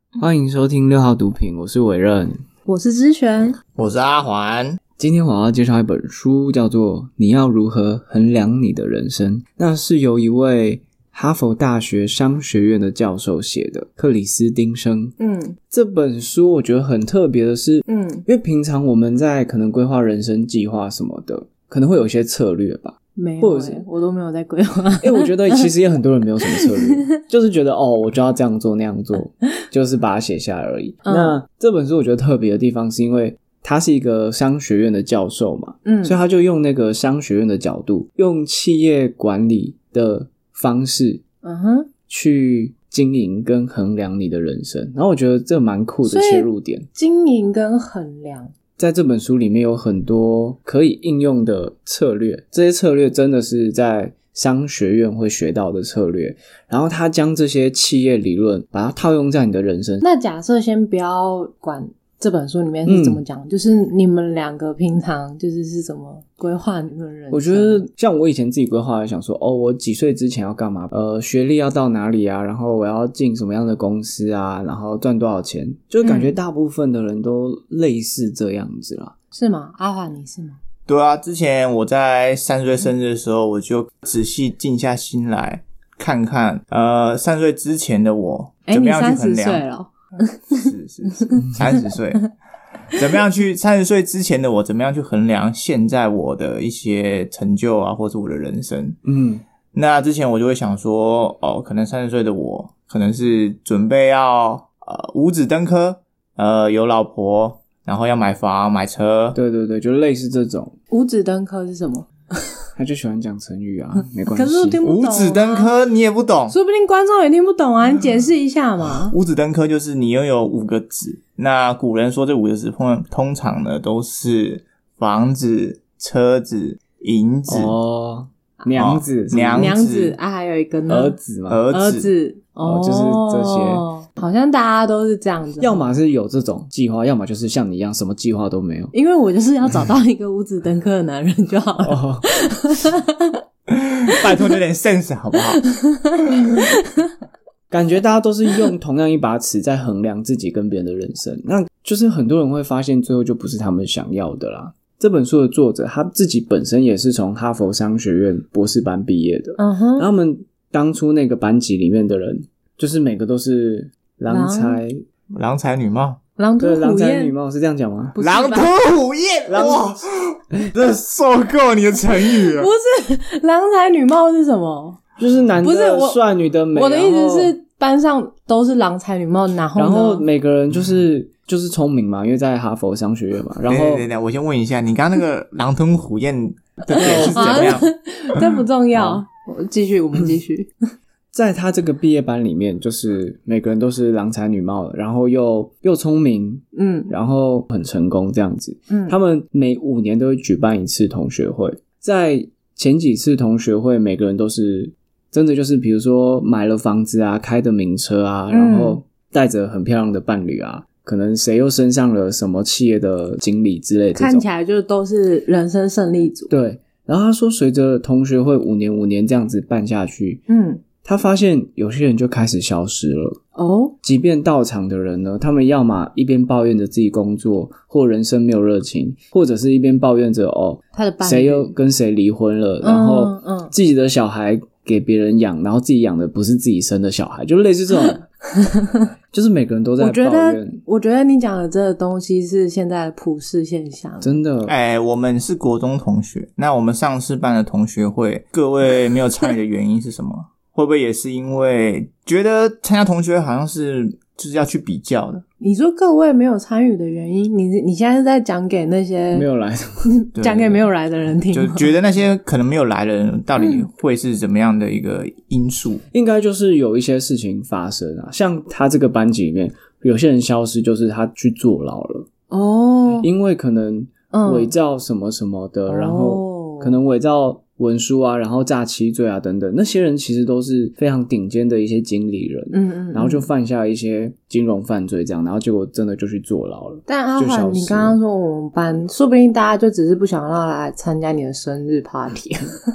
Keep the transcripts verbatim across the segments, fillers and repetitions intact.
欢迎收听六号毒品，我是伟任， 我是知璇， 我是阿环。 今天我要介绍一本书，叫做《你要如何衡量你的人生》，那是由一位哈佛大学商学院的教授写的，克里斯汀生。嗯，这本书我觉得很特别的是，嗯，因为平常我们在可能规划人生计划什么的，可能会有一些策略吧。 没有、欸、我都没有在规划。 欸我觉得其实也很多人没有什么策略，就是觉得哦，我就要这样做那样做，就是把它写下来而已。嗯、那这本书我觉得特别的地方是因为他是一个商学院的教授嘛，嗯，所以他就用那个商学院的角度，用企业管理的方式，嗯哼，去经营跟衡量你的人生。然后我觉得这蛮酷的切入点， 经营跟衡量。 在这本书里面有很多可以应用的策略，这些策略真的是在商学院会学到的策略，然后他将这些企业理论把它套用在你的人生。 那假设先不要管这本书里面是怎么讲、嗯、就是你们两个平常就是是怎么规划你们的人生。 我觉得像我以前自己规划想说哦，我几岁之前要干嘛，呃，学历要到哪里啊，然后我要进什么样的公司啊，然后赚多少钱，就感觉大部分的人都类似这样子啦、 嗯、是吗？阿华你是吗？ 对啊，之前我在三十岁生日的时候，我就仔细静下心来看看呃三十岁之前的我怎么样去衡量。诶你三十岁了是是是三十岁怎么样去三十岁之前的我怎么样去衡量现在我的一些成就啊，或是我的人生。嗯，那之前我就会想说哦，可能三十岁的我可能是准备要呃五子登科，呃有老婆，然后要买房买车。 对对对，就类似这种。 五子登科是什么？ 他就喜欢讲成语啊，没关系。 可是我听不懂、啊。 五子登科你也不懂， 说不定观众也听不懂啊，你解释一下嘛。 五子登科就是你拥有五个子，那古人说这五个子通常呢都是房子、车子、银子、 哦、娘子、 哦、娘子、 娘子啊，还有一个呢， 儿子嘛， 儿子， 儿子哦，就是这些。 好像大家都是这样子， 要么是有这种计划，要么就是像你一样什么计划都没有。 因为我就是要找到一个五子登科的男人就好了。哦、 拜托有点 sense 好不好？ 感觉大家都是用同样一把尺在衡量自己跟别人的人生，那就是很多人会发现最后就不是他们想要的啦。这本书的作者他自己本身也是从哈佛商学院博士班毕业的，嗯哼，然后他们当初那个班级里面的人就是每个都是郎才郎才女貌， 狼吞虎咽， 郎才女貌是这样讲吗？ 狼吞虎咽，哇，真的受够你的成语了。 不是，郎才女貌是什么？ 就是男的帅，女的美。 我的意思是班上都是郎才女貌，然后呢？ 然后每个人就是就是聪明嘛，因为在哈佛商学院嘛。然后， 对对对，我先问一下，你刚刚那个狼吞虎咽的点是怎么样？ 这不重要，继续，我们继续。 在他这个毕业班里面，就是每个人都是郎才女貌的，然后又又聪明，嗯，然后很成功这样子。嗯，他们每五年都会举办一次同学会，在前几次同学会，每个人都是真的就是比如说买了房子啊，开的名车啊，然后带着很漂亮的伴侣啊，可能谁又升上了什么企业的经理之类的这种， 看起来就都是人生胜利组。 对，然后他说随着同学会五年五年这样子办下去，嗯，他发现有些人就开始消失了。哦，即便到场的人呢，他们要么一边抱怨着自己工作或人生没有热情，或者是一边抱怨着哦， 他的伴侣谁又跟谁离婚了，然后自己的小孩给别人养，然后自己养的不是自己生的小孩，就类似这种就是每个人都在抱怨。 我觉得我觉得你讲的这个东西是现在的普世现象， 真的。 哎，我们是国中同学，那我们上次办的同学会，各位没有参与的原因是什么？会不会也是因为觉得参加同学会好像是就是要去比较的？ 你说各位没有参与的原因，你你现在是在讲给那些没有来的讲给没有来的人听吗？ 就觉得那些可能没有来的人到底会是怎么样的一个因素？ 应该就是有一些事情发生啊，像他这个班级里面有些人消失，就是他去坐牢了哦，因为可能伪造什么什么的、嗯、然后可能伪造文书啊，然后诈欺罪啊等等，那些人其实都是非常顶尖的一些经理人，嗯嗯，然后就犯下一些金融犯罪这样，然后结果真的就去坐牢了。 但阿环，你刚刚说我们班，说不定大家就只是不想让他来参加你的生日 party。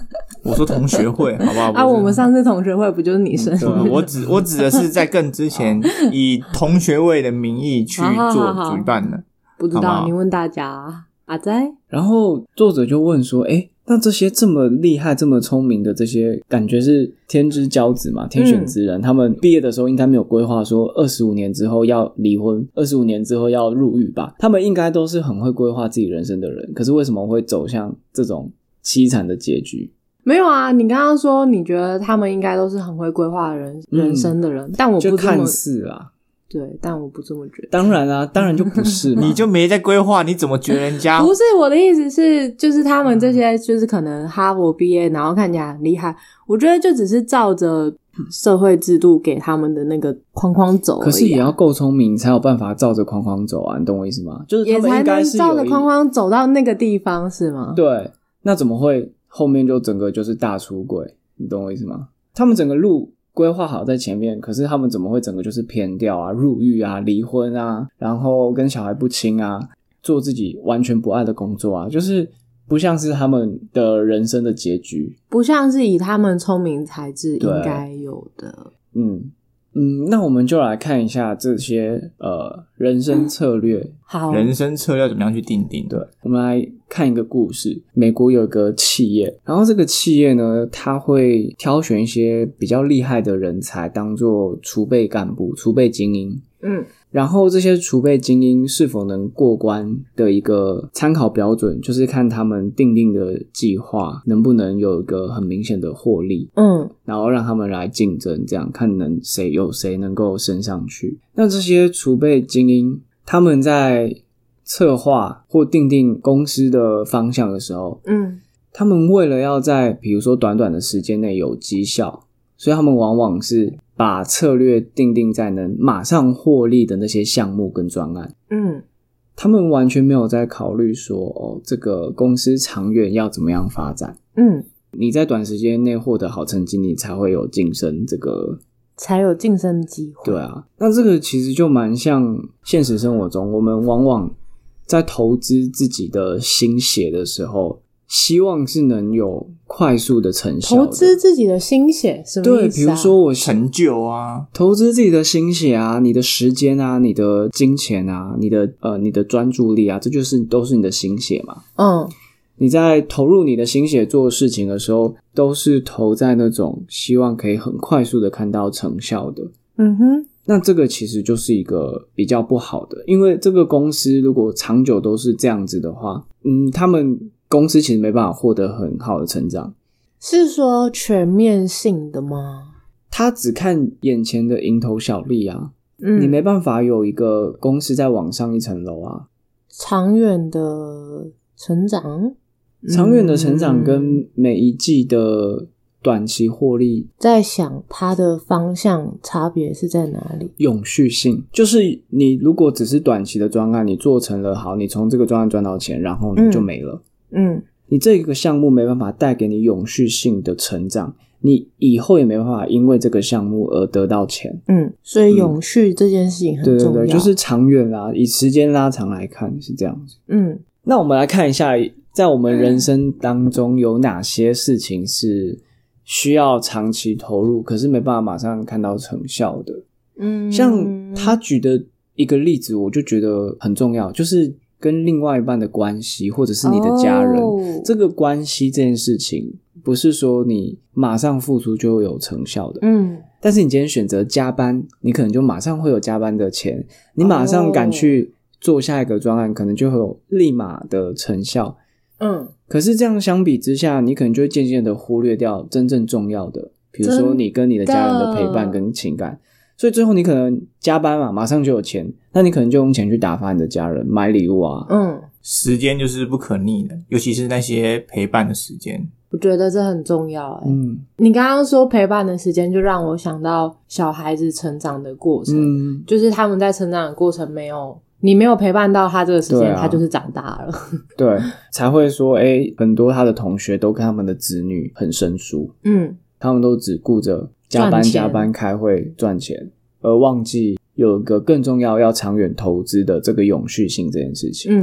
我说同学会好不好？ 啊，我们上次同学会不就是你生日？ 对、啊，我指我指的是在更之前以同学会的名义去做举办的。 不知道，好好你问大家。阿仔， 然后作者就问说，诶，那这些这么厉害这么聪明的这些感觉是天之骄子嘛，天选之人、嗯、他们毕业的时候应该没有规划说二十五年之后要离婚，二十五年之后要入狱吧，他们应该都是很会规划自己人生的人，可是为什么会走向这种凄惨的结局？ 没有啊，你刚刚说你觉得他们应该都是很会规划人、嗯、人生的人，但我不这么就看似啦， 对，但我不这么觉得。 当然啊，当然就不是嘛。 你就没在规划，你怎么觉得人家？ 不是，我的意思是，就是他们这些，就是可能哈佛毕业，然后看起来很厉害，我觉得就只是照着社会制度给他们的那个框框走而已、啊。 可是也要够聪明，才有办法照着框框走啊，你懂我意思吗？就是他们应该是也才能照着框框走到那个地方，是吗？ 对，那怎么会后面就整个就是大出轨？你懂我意思吗？他们整个路规划好在前面，可是他们怎么会整个就是偏掉啊，入狱啊，离婚啊，然后跟小孩不亲啊，做自己完全不爱的工作啊，就是不像是他们的人生的结局， 不像是以他们聪明才智应该有的。 嗯嗯，那我们就来看一下这些呃人生策略、嗯、 好， 人生策略怎么样去定定？ 对，我们来看一个故事。美国有一个企业，然后这个企业呢，它会挑选一些比较厉害的人才当做储备干部、储备精英。嗯，然后这些储备精英是否能过关的一个参考标准，就是看他们订定的计划能不能有一个很明显的获利。嗯，然后让他们来竞争，这样看能谁有谁能够升上去。那这些储备精英，他们在策划或订定公司的方向的时候，嗯，他们为了要在比如说短短的时间内有绩效，所以他们往往是把策略定定在能马上获利的那些项目跟专案。嗯，他们完全没有在考虑说哦，这个公司长远要怎么样发展。嗯，你在短时间内获得好成绩，你才会有晋升这个才有晋升机会。 对啊，那这个其实就蛮像现实生活中，我们往往在投资自己的心血的时候，希望是能有快速的成效的。 投资自己的心血什么意思啊？对， 比如说我成就啊， 投资自己的心血啊，你的时间啊，你的金钱啊，你的呃你的专注力啊，这就是都是你的心血嘛。嗯，你在投入你的心血做事情的时候，都是投在那种希望可以很快速的看到成效的。嗯哼，那这个其实就是一个比较不好的，因为这个公司如果长久都是这样子的话，嗯，他们公司其实没办法获得很好的成长。 是说全面性的吗？ 他只看眼前的蝇头小利啊，嗯，你没办法有一个公司再往上一层楼啊。 长远的成长， 长远的成长跟每一季的短期获利， 在想它的方向差别是在哪里？ 永续性，就是你如果只是短期的专案，你做成了好，你从这个专案赚到钱，然后呢就没了。嗯，你这个项目没办法带给你永续性的成长，你以后也没办法因为这个项目而得到钱。嗯， 所以永续这件事情很重要。 对对对，就是长远啦，以时间拉长来看是这样子。嗯，那我们来看一下，在我们人生当中有哪些事情是需要长期投入，可是没办法马上看到成效的。嗯，像他举的一个例子，我就觉得很重要，就是跟另外一半的关系，或者是你的家人，哦，这个关系这件事情，不是说你马上付出就会有成效的。嗯，但是你今天选择加班，你可能就马上会有加班的钱，你马上赶去做下一个专案，可能就会有立马的成效。嗯，可是这样相比之下，你可能就会渐渐的忽略掉真正重要的，比如说你跟你的家人的陪伴跟情感，所以最后你可能加班嘛，马上就有钱，那你可能就用钱去打发你的家人，买礼物啊。嗯， 时间就是不可逆的，尤其是那些陪伴的时间， 我觉得这很重要。欸，嗯，你刚刚说陪伴的时间，就让我想到小孩子成长的过程。嗯，就是他们在成长的过程没有你没有陪伴到他这个时间，啊，他就是长大了。 对，才会说诶，很多他的同学都跟他们的子女很生疏。嗯，他们都只顾着加班加班开会赚钱，而忘记有一个更重要要长远投资的这个永续性这件事情。嗯，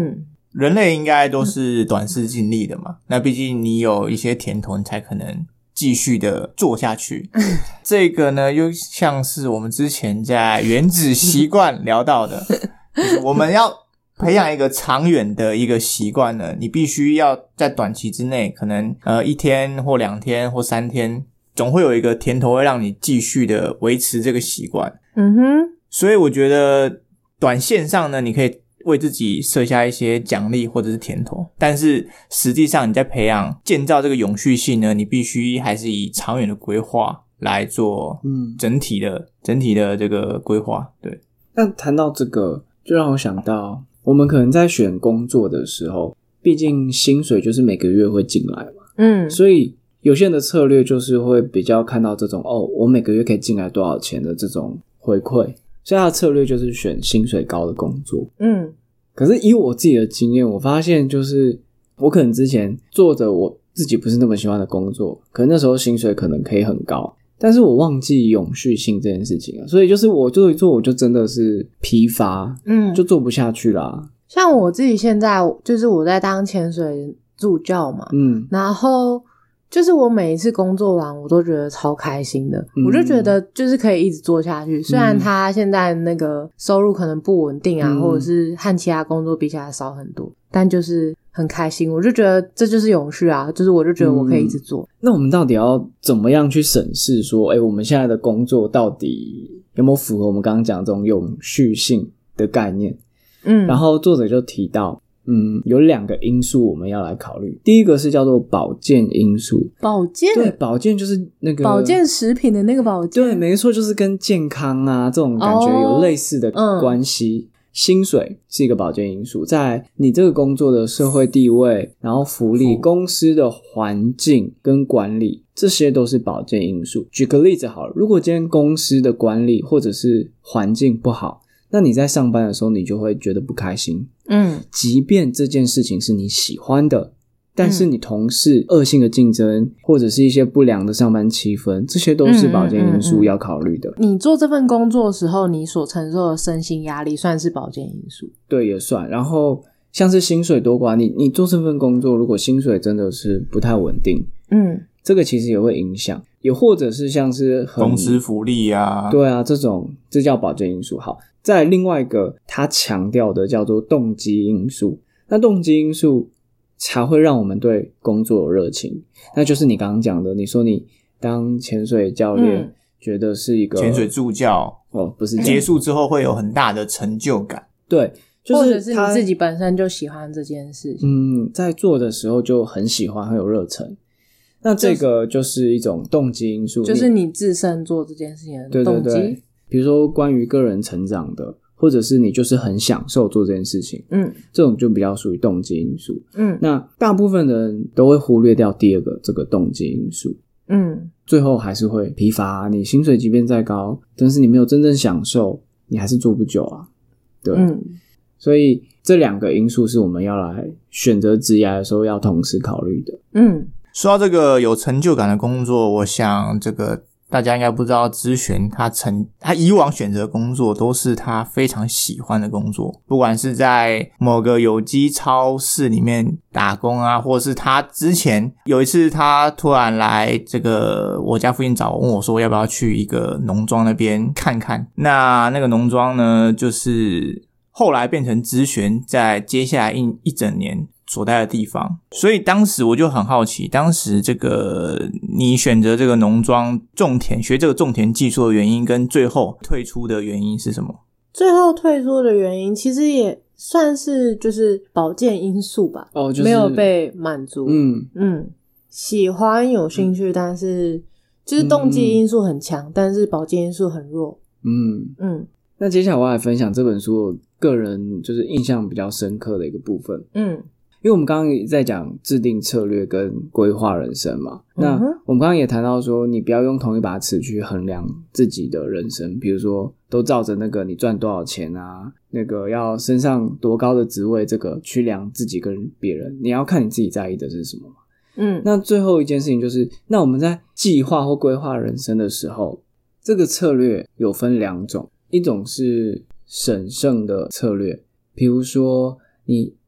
人类应该都是短视近利的嘛，那毕竟你有一些甜头，你才可能继续的做下去。这个呢，又像是我们之前在原子习惯聊到的，就是我们要培养一个长远的一个习惯呢，你必须要在短期之内，可能呃一天或两天或三天，总会有一个甜头会让你继续的维持这个习惯。 嗯哼， 所以我觉得短线上呢，你可以为自己设下一些奖励或者是甜头，但是实际上你在培养建造这个永续性呢，你必须还是以长远的规划来做嗯整体的、嗯、整体的这个规划。对， 那谈到这个就让我想到我们可能在选工作的时候，毕竟薪水就是每个月会进来嘛，嗯，所以有些人的策略就是会比较看到这种哦，我每个月可以进来多少钱的这种回馈，所以他的策略就是选薪水高的工作。嗯，可是以我自己的经验，我发现就是我可能之前做着我自己不是那么喜欢的工作，可能那时候薪水可能可以很高，但是我忘记永续性这件事情了，所以就是我做一做我就真的是疲乏，嗯，就做不下去啦。 像我自己现在就是我在当潜水助教嘛，嗯，然后就是我每一次工作完我都觉得超开心的、嗯、我就觉得就是可以一直做下去，虽然他现在那个收入可能不稳定啊、嗯、或者是和其他工作比起来少很多，但就是很开心，我就觉得这就是永续啊，就是我就觉得我可以一直做、嗯、 那我们到底要怎么样去审视说诶我们现在的工作到底有没有符合我们刚刚讲这种永续性的概念。嗯，然后作者就提到嗯，有两个因素我们要来考虑。第一个是叫做保健因素。 保健？ 对，保健就是那个保健食品的那个保健。 对，没错，就是跟健康啊这种感觉有类似的关系、哦嗯、薪水是一个保健因素，在你这个工作的社会地位，然后福利、公司的环境跟管理，这些都是保健因素。举个例子好了，如果今天公司的管理或者是环境不好，那你在上班的时候你就会觉得不开心。嗯，即便这件事情是你喜欢的，但是你同事恶性的竞争或者是一些不良的上班气氛，这些都是保健因素要考虑的。 嗯嗯嗯、你做这份工作的时候你所承受的身心压力算是保健因素？ 对，也算。然后像是薪水多寡，你你做这份工作如果薪水真的是不太稳定，嗯，这个其实也会影响。也或者是像是很公司福利啊， 对啊，这种这叫保健因素。好，再来另外一个他强调的叫做动机因素。那动机因素才会让我们对工作有热情，那就是你刚刚讲的，你说你当潜水教练、嗯、觉得是一个潜水助教哦，不是结束之后会有很大的成就感。 对，就是或者是你自己本身就喜欢这件事情， 嗯，在做的时候就很喜欢，很有热忱。那这个就是一种动机因素， 就是你自身做这件事情的动机。对对对， 比如说关于个人成长的，或者是你就是很享受做这件事情，嗯，这种就比较属于动机因素。嗯，那大部分的人都会忽略掉第二个这个动机因素。嗯，最后还是会疲乏、啊、你薪水即便再高，但是你没有真正享受，你还是做不久啊。对，嗯，所以这两个因素是我们要来选择职业的时候要同时考虑的。嗯。 说到这个有成就感的工作，我想这个大家应该不知道，之璇他曾他以往选择的工作都是他非常喜欢的工作，不管是在某个有机超市里面打工啊，或者是他之前有一次他突然来这个我家附近找我，问我说要不要去一个农庄那边看看。那那个农庄呢，就是后来变成之璇在接下来一一整年所在的地方。所以当时我就很好奇，当时这个你选择这个农庄种田，学这个种田技术的原因跟最后退出的原因是什么？ 最后退出的原因其实也算是就是保健因素吧。哦，就是没有被满足。嗯嗯，喜欢有兴趣、嗯、但是就是动机因素很强、嗯、但是保健因素很弱。嗯嗯，那接下来我要来分享这本书我个人就是印象比较深刻的一个部分。嗯，因为我们刚刚在讲制定策略跟规划人生嘛、嗯、那我们刚刚也谈到说你不要用同一把尺去衡量自己的人生，比如说都照着那个你赚多少钱啊，那个要升上多高的职位，这个去量自己跟别人，你要看你自己在意的是什么嘛。嗯，那最后一件事情就是那我们在计划或规划人生的时候，这个策略有分两种，一种是审慎的策略，比如说你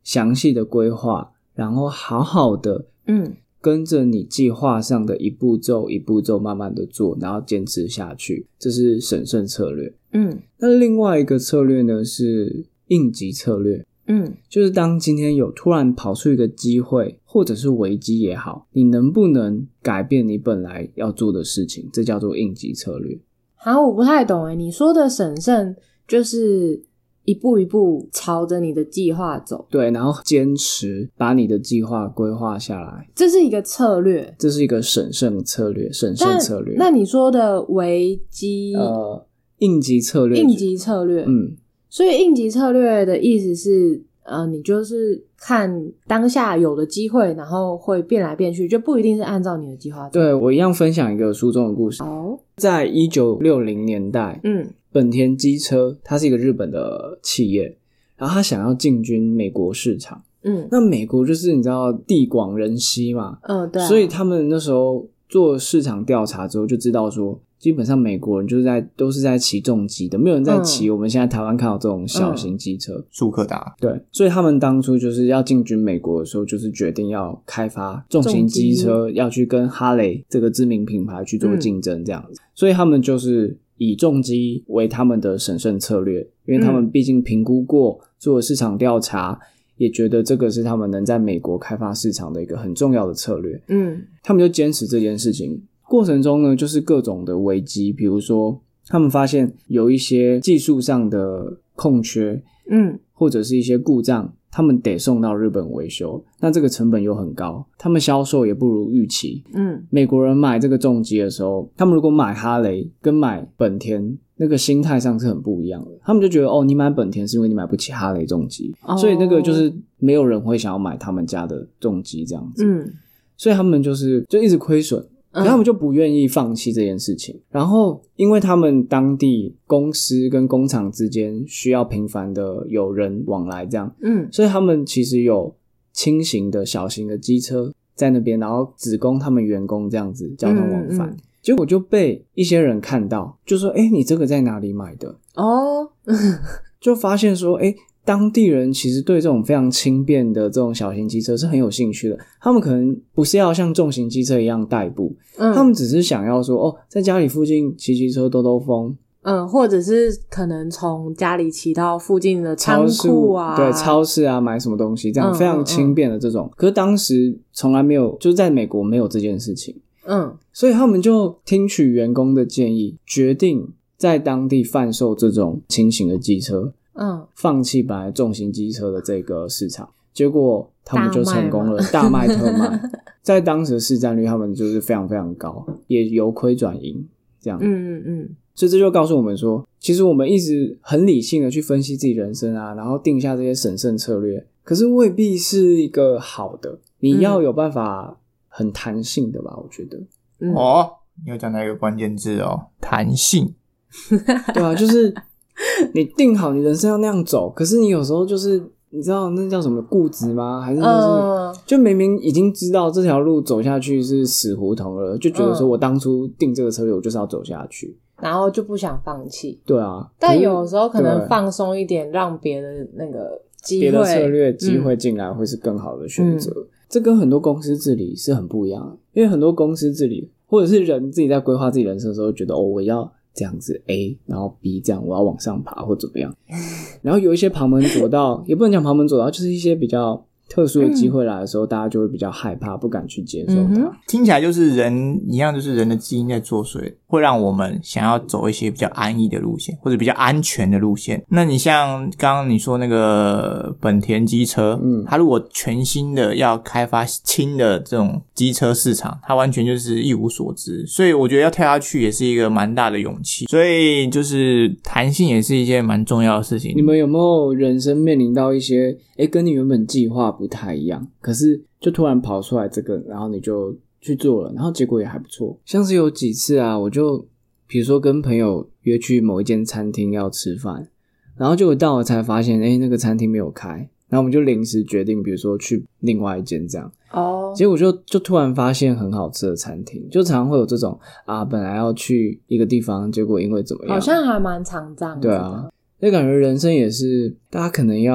详细的规划，然后好好的嗯跟着你计划上的一步骤一步骤慢慢的做，然后坚持下去，这是审慎策略。嗯，那另外一个策略呢是应急策略。嗯，就是当今天有突然跑出一个机会或者是危机也好，你能不能改变你本来要做的事情，这叫做应急策略。 好，我不太懂诶，你说的审慎就是一步一步朝着你的计划走， 对，然后坚持把你的计划规划下来， 这是一个策略， 这是一个审慎策略，审慎策略。 那你说的危机呃应急策略， 应急策略，嗯，所以应急策略的意思是呃，你就是看当下有的机会，然后会变来变去，就不一定是按照你的计划走。 对，我一样分享一个书中的故事。哦，在一九六零年代，嗯，本田机车它是一个日本的企业，然后它想要进军美国市场。嗯，那美国就是你知道地广人稀嘛，嗯，对啊，所以他们那时候做市场调查之后就知道说，基本上美国人就是在都是在骑重机的，没有人在骑我们现在台湾看到这种小型机车， 速克达。 对，所以他们当初就是要进军美国的时候，就是决定要开发重型机车，要去跟哈雷这个知名品牌去做竞争这样子。嗯，所以他们就是以重机为他们的审慎策略，因为他们毕竟评估过，做了市场调查，也觉得这个是他们能在美国开发市场的一个很重要的策略。嗯，他们就坚持这件事情。过程中呢，就是各种的危机，比如说他们发现有一些技术上的空缺，嗯，或者是一些故障，他们得送到日本维修，那这个成本又很高，他们销售也不如预期。嗯，美国人买这个重机的时候，他们如果买哈雷跟买本田，那个心态上是很不一样的。他们就觉得哦，你买本田是因为你买不起哈雷重机，哦，所以那个就是没有人会想要买他们家的重机这样子。嗯，所以他们就是就一直亏损。可他们就不愿意放弃这件事情，嗯，然后因为他们当地公司跟工厂之间需要频繁的有人往来这样，嗯，所以他们其实有轻型的小型的机车在那边，然后只供他们员工这样子交通往返。嗯嗯，结果就被一些人看到，就说诶你这个在哪里买的？哦就发现说诶当地人其实对这种非常轻便的这种小型机车是很有兴趣的，他们可能不是要像重型机车一样代步，嗯，他们只是想要说哦，在家里附近骑机车兜兜风， 嗯，或者是可能从家里骑到附近的仓库啊， 对，超市啊，买什么东西，这样非常轻便的这种，嗯嗯，可是当时从来没有，就是在美国没有这件事情，嗯，所以他们就听取员工的建议，决定在当地贩售这种轻型的机车，嗯，放弃本来重型机车的这个市场，结果他们就成功了，大卖特卖在当时的市占率他们就是非常非常高，也由亏转盈这样。嗯嗯嗯，所以这就告诉我们说，其实我们一直很理性的去分析自己人生啊，然后定下这些审慎策略，可是未必是一个好的，你要有办法很弹性的吧，我觉得。 嗯，哦，你有讲到一个关键字哦，弹性。 对啊，就是你定好你人生要那样走，可是你有时候就是你知道那叫什么固执吗？还是就是、呃、就明明已经知道这条路走下去是死胡同了，就觉得说我当初定这个策略我就是要走下去， 然后就不想放弃。 对啊， 但有时候可能放松一点，让别的那个机会别的策略机会进来会是更好的选择、嗯、这跟很多公司治理是很不一样的，因为很多公司治理或者是人自己在规划自己人生的时候觉得哦我要这样子 A 然后 B 这样我要往上爬或怎么样，然后有一些旁门左道也不能讲旁门左道，就是一些比较特殊的机会来的时候、嗯、大家就会比较害怕，不敢去接受它、嗯、 听起来就是人一样，就是人的基因在作祟，会让我们想要走一些比较安逸的路线或者比较安全的路线。那你像刚刚你说那个本田机车，嗯，它如果全新的要开发轻的这种机车市场，它完全就是一无所知，所以我觉得要跳下去也是一个蛮大的勇气，所以就是弹性也是一件蛮重要的事情。 你们有没有人生面临到一些诶跟你原本计划不太一样，可是就突然跑出来这个，然后你就去做了，然后结果也还不错。像是有几次啊，我就比如说跟朋友约去某一间餐厅要吃饭，然后结果到了才发现诶那个餐厅没有开，然后我们就临时决定比如说去另外一间这样。哦，结果就就突然发现很好吃的餐厅，就常常会有这种啊本来要去一个地方，结果因为怎么样， 好像还蛮常这样子的。 对啊，所以感觉人生也是大家可能要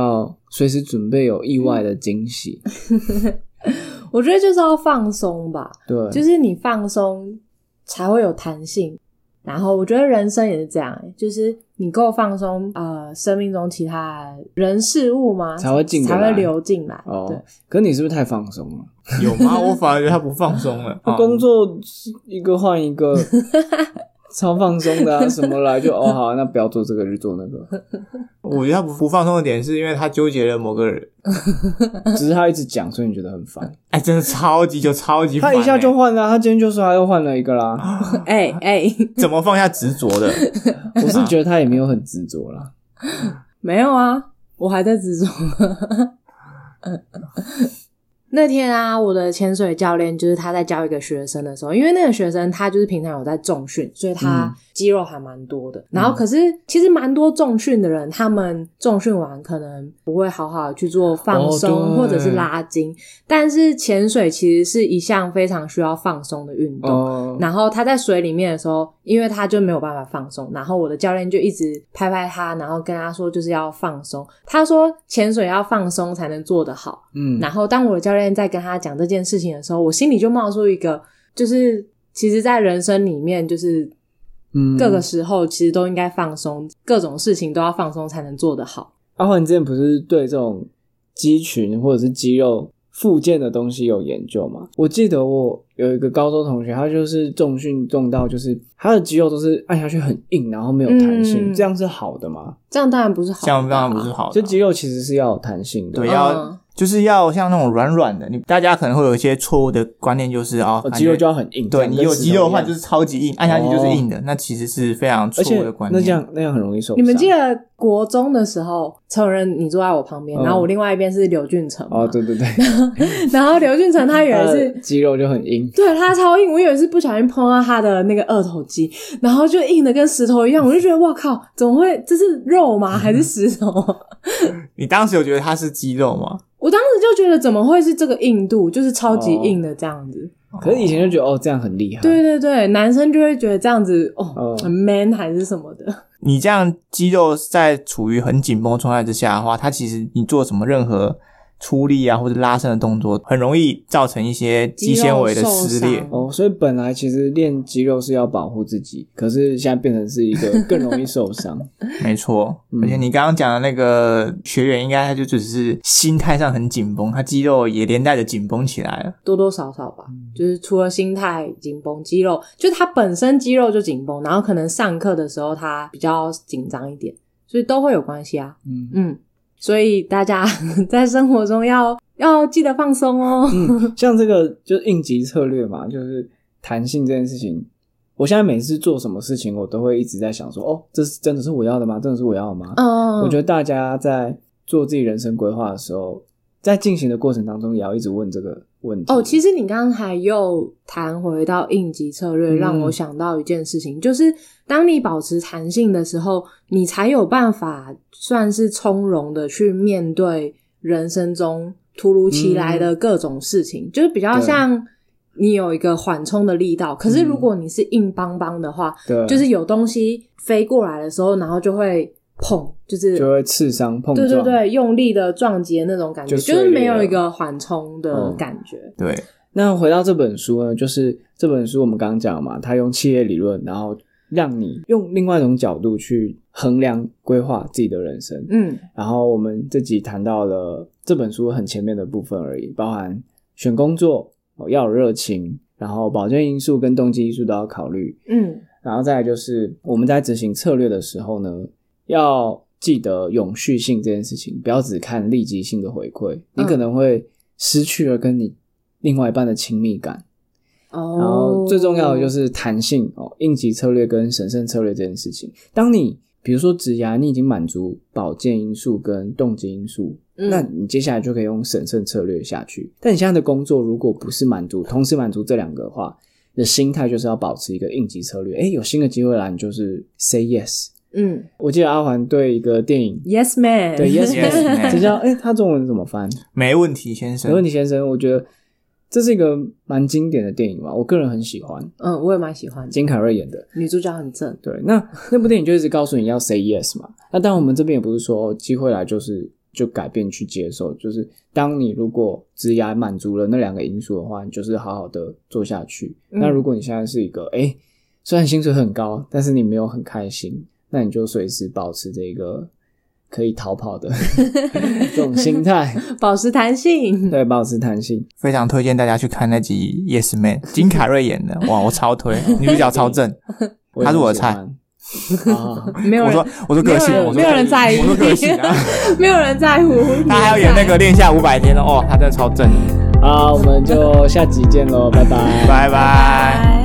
随时准备有意外的惊喜。 我觉得就是要放松吧， 对， 就是你放松才会有弹性。然后我觉得人生也是这样、欸、就是你够放松，呃，生命中其他人事物嘛才会进来， 才会流进来。 哦， 对。 可你是不是太放松了？ 有吗？我反而觉得他不放松了。 工作一个换一个，超放松的啊！什么来就哦好，那不要做这个，就做那个。 我觉得他不不放松的点是因为他纠结了某个人， 只是他一直讲，所以你觉得很烦。 哎，真的超级就超级烦、欸。 他一下就换了，他今天就说他又换了一个啦。 哎哎、欸， 怎么放下执着的？ 我是觉得他也没有很执着啦。 没有啊，我还在执着。那天啊，我的潜水教练就是他在教一个学生的时候，因为那个学生他就是平常有在重训，所以他肌肉还蛮多的、嗯、然后可是其实蛮多重训的人，他们重训完可能不会好好的去做放松、哦、或者是拉筋，但是潜水其实是一项非常需要放松的运动、哦、然后他在水里面的时候，因为他就没有办法放松，然后我的教练就一直拍拍他，然后跟他说就是要放松，他说潜水要放松才能做得好。嗯，然后当我的教练在跟他讲这件事情的时候，我心里就冒出一个，就是其实在人生里面，就是各个时候其实都应该放松、嗯、各种事情都要放松才能做得好。 阿焕，你之前不是对这种肌群或者是肌肉复健的东西有研究吗？我记得我有一个高中同学，他就是重训重到就是他的肌肉都是按下去很硬，然后没有弹性、嗯、这样是好的吗？ 这样当然不是好的、啊、 这样当然不是好的， 就肌肉其实是要有弹性的， 对，要、嗯就是要像那种软软的，你大家可能会有一些错误的观念，就是哦， 哦肌肉就要很硬， 对，你有肌肉的话就是超级硬，按下去就是硬的，哦、那其实是非常错误的观念。 那这样那样很容易受伤。 你们记得国中的时候，陈友仁你坐在我旁边、嗯，然后我另外一边是刘俊成嘛， 哦，对对对， 然后刘俊成他以为是肌肉就很硬， 对，他超硬，我以为是不小心碰到他的那个二头肌，然后就硬的跟石头一样，我就觉得哇靠，怎么会？这是肉吗？还是石头？ 你当时有觉得它是肌肉吗？ 我当时就觉得怎么会是这个硬度，就是超级硬的这样子。 哦、可是以前就觉得哦这样很厉害。 对对对，男生就会觉得这样子哦、哦很 man 还是什么的。 你这样肌肉在处于很紧绷状态之下的话，它其实你做什么任何出力啊或者拉伸的动作，很容易造成一些肌纤维的撕裂哦。所以本来其实练肌肉是要保护自己，可是现在变成是一个更容易受伤。 没错、嗯，而且你刚刚讲的那个学员，应该他就只是心态上很紧绷，他肌肉也连带着紧绷起来了， 多多少少吧。嗯、就是除了心态紧绷，肌肉就是他本身肌肉就紧绷，然后可能上课的时候他比较紧张一点，所以都会有关系啊。嗯嗯。所以大家在生活中要要记得放松哦。 嗯，像这个就是应急策略嘛，就是弹性这件事情。我现在每次做什么事情，我都会一直在想说，哦，这是真的是我要的吗？真的是我要的吗？嗯，我觉得大家在做自己人生规划的时候，在进行的过程当中，也要一直问这个问题。 哦，其实你刚才又谈回到应急策略，嗯、让我想到一件事情，就是当你保持弹性的时候，你才有办法算是从容的去面对人生中突如其来的各种事情，嗯、就是比较像你有一个缓冲的力道。可是如果你是硬邦邦的话，嗯、就是有东西飞过来的时候，然后就会碰，就是就会刺伤碰撞， 对对对，用力的撞击的那种感觉，就, 就是没有一个缓冲的感觉。 嗯、对。 那回到这本书呢，就是这本书我们刚刚讲嘛，它用企业理论，然后让你用另外一种角度去衡量规划自己的人生。嗯，然后我们这集谈到了这本书很前面的部分而已，包含选工作、哦、要有热情，然后保健因素跟动机因素都要考虑。嗯，然后再来就是我们在执行策略的时候呢，要记得永续性这件事情，不要只看立即性的回馈，你可能会失去了跟你另外一半的亲密感。哦，然后最重要的就是弹性哦，应急策略跟审慎策略这件事情。当你比如说职涯你已经满足保健因素跟动机因素，嗯、那你接下来就可以用审慎策略下去。但你现在的工作如果不是满足同时满足这两个的话，你的心态就是要保持一个应急策略。诶，有新的机会来，你就是 say yes。嗯，我记得阿环对一个电影 Yes Man， 对 Yes Man， 这叫诶他中文怎么翻？ 没问题先生， 没问题先生。我觉得这是一个蛮经典的电影嘛，我个人很喜欢。 嗯，我也蛮喜欢的。 金凯瑞演的， 女主角很正。对， 那那部电影就一直告诉你要 say yes 嘛。那当然我们这边也不是说机会来就是就改变去接受，就是当你如果职涯满足了那两个因素的话，你就是好好的做下去。嗯、那如果你现在是一个诶虽然薪水很高，但是你没有很开心，那你就随时保持这个可以逃跑的这种心态， 保持弹性。 对，保持弹性。 非常推荐大家去看那集 Yes Man， 金凯瑞演的，哇，我超推，女主角超正，她是我的菜。 啊、没有人， 我说我说个性， 没有人在乎， 我说个性啊， 没有人在乎。 他还要演那个恋下五百天哦，他真的超正。 好，我们就下集见喽，拜拜， 拜拜。